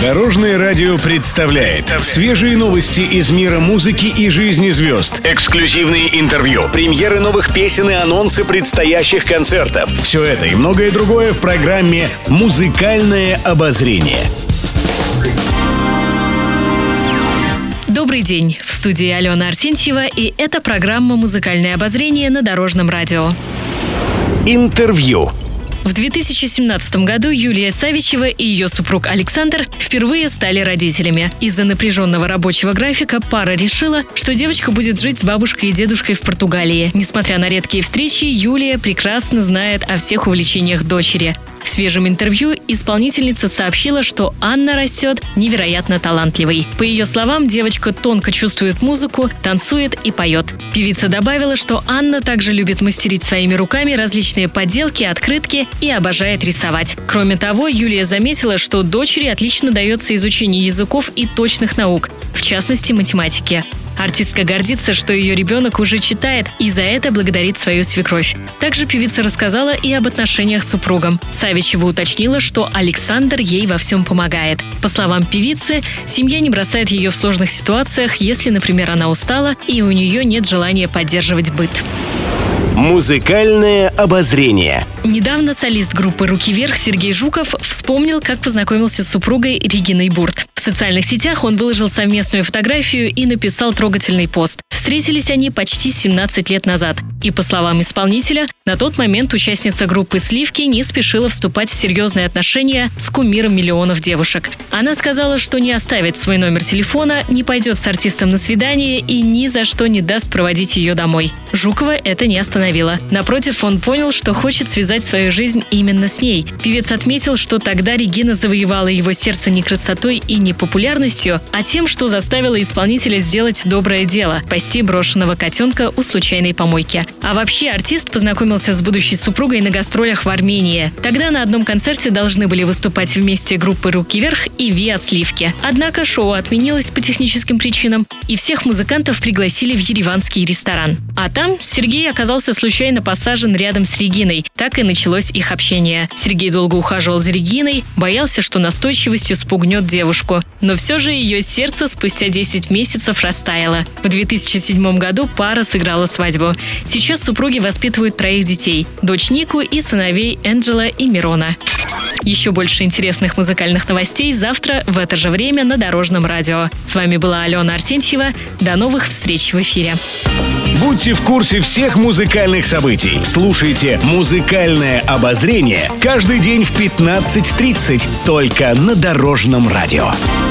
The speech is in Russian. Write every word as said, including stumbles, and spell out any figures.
Дорожное радио представляет свежие новости из мира музыки и жизни звезд. Эксклюзивные интервью, премьеры новых песен и анонсы предстоящих концертов. Все это и многое другое в программе «Музыкальное обозрение». Добрый день! В студии Алена Арсентьева, и это программа «Музыкальное обозрение» на Дорожном радио. Интервью. В две тысячи семнадцатом году Юлия Савичева и ее супруг Александр впервые стали родителями. Из-за напряженного рабочего графика пара решила, что девочка будет жить с бабушкой и дедушкой в Португалии. Несмотря на редкие встречи, Юлия прекрасно знает о всех увлечениях дочери. В свежем интервью исполнительница сообщила, что Анна растет невероятно талантливой. По ее словам, девочка тонко чувствует музыку, танцует и поет. Певица добавила, что Анна также любит мастерить своими руками различные поделки, открытки и обожает рисовать. Кроме того, Юлия заметила, что дочери отлично дается изучение языков и точных наук, в частности математики. Артистка гордится, что ее ребенок уже читает, и за это благодарит свою свекровь. Также певица рассказала и об отношениях с супругом. Савичева уточнила, что Александр ей во всем помогает. По словам певицы, семья не бросает ее в сложных ситуациях, если, например, она устала и у нее нет желания поддерживать быт. Музыкальное обозрение. Недавно солист группы «Руки вверх» Сергей Жуков вспомнил, как познакомился с супругой Региной Бурт. В социальных сетях он выложил совместную фотографию и написал трогательный пост. Встретились они почти семнадцать лет назад. И, по словам исполнителя, на тот момент участница группы «Сливки» не спешила вступать в серьезные отношения с кумиром миллионов девушек. Она сказала, что не оставит свой номер телефона, не пойдет с артистом на свидание и ни за что не даст проводить ее домой. Жукова это не остановило. Напротив, он понял, что хочет связать свою жизнь именно с ней. Певец отметил, что тогда Регина завоевала его сердце не красотой и не популярностью, а тем, что заставила исполнителя сделать доброе дело – спасти брошенного котенка у случайной помойки. А вообще артист познакомился с будущей супругой на гастролях в Армении. Тогда на одном концерте должны были выступать вместе группы «Руки вверх» и «Виа Сливки». Однако шоу отменилось по техническим причинам, и всех музыкантов пригласили в ереванский ресторан. А там Сергей оказался случайно посажен рядом с Региной. Так и началось их общение. Сергей долго ухаживал за Региной, боялся, что настойчивостью спугнет девушку. Но все же ее сердце спустя десять месяцев растаяло. В две тысячи седьмом году пара сыграла свадьбу. Сейчас супруги воспитывают троих детей – дочь Нику и сыновей Энджела и Мирона. Еще больше интересных музыкальных новостей завтра в это же время на Дорожном радио. С вами была Алена Арсентьева. До новых встреч в эфире. Будьте в курсе всех музыкальных событий. Слушайте «Музыкальное обозрение» каждый день в пятнадцать тридцать только на Дорожном радио.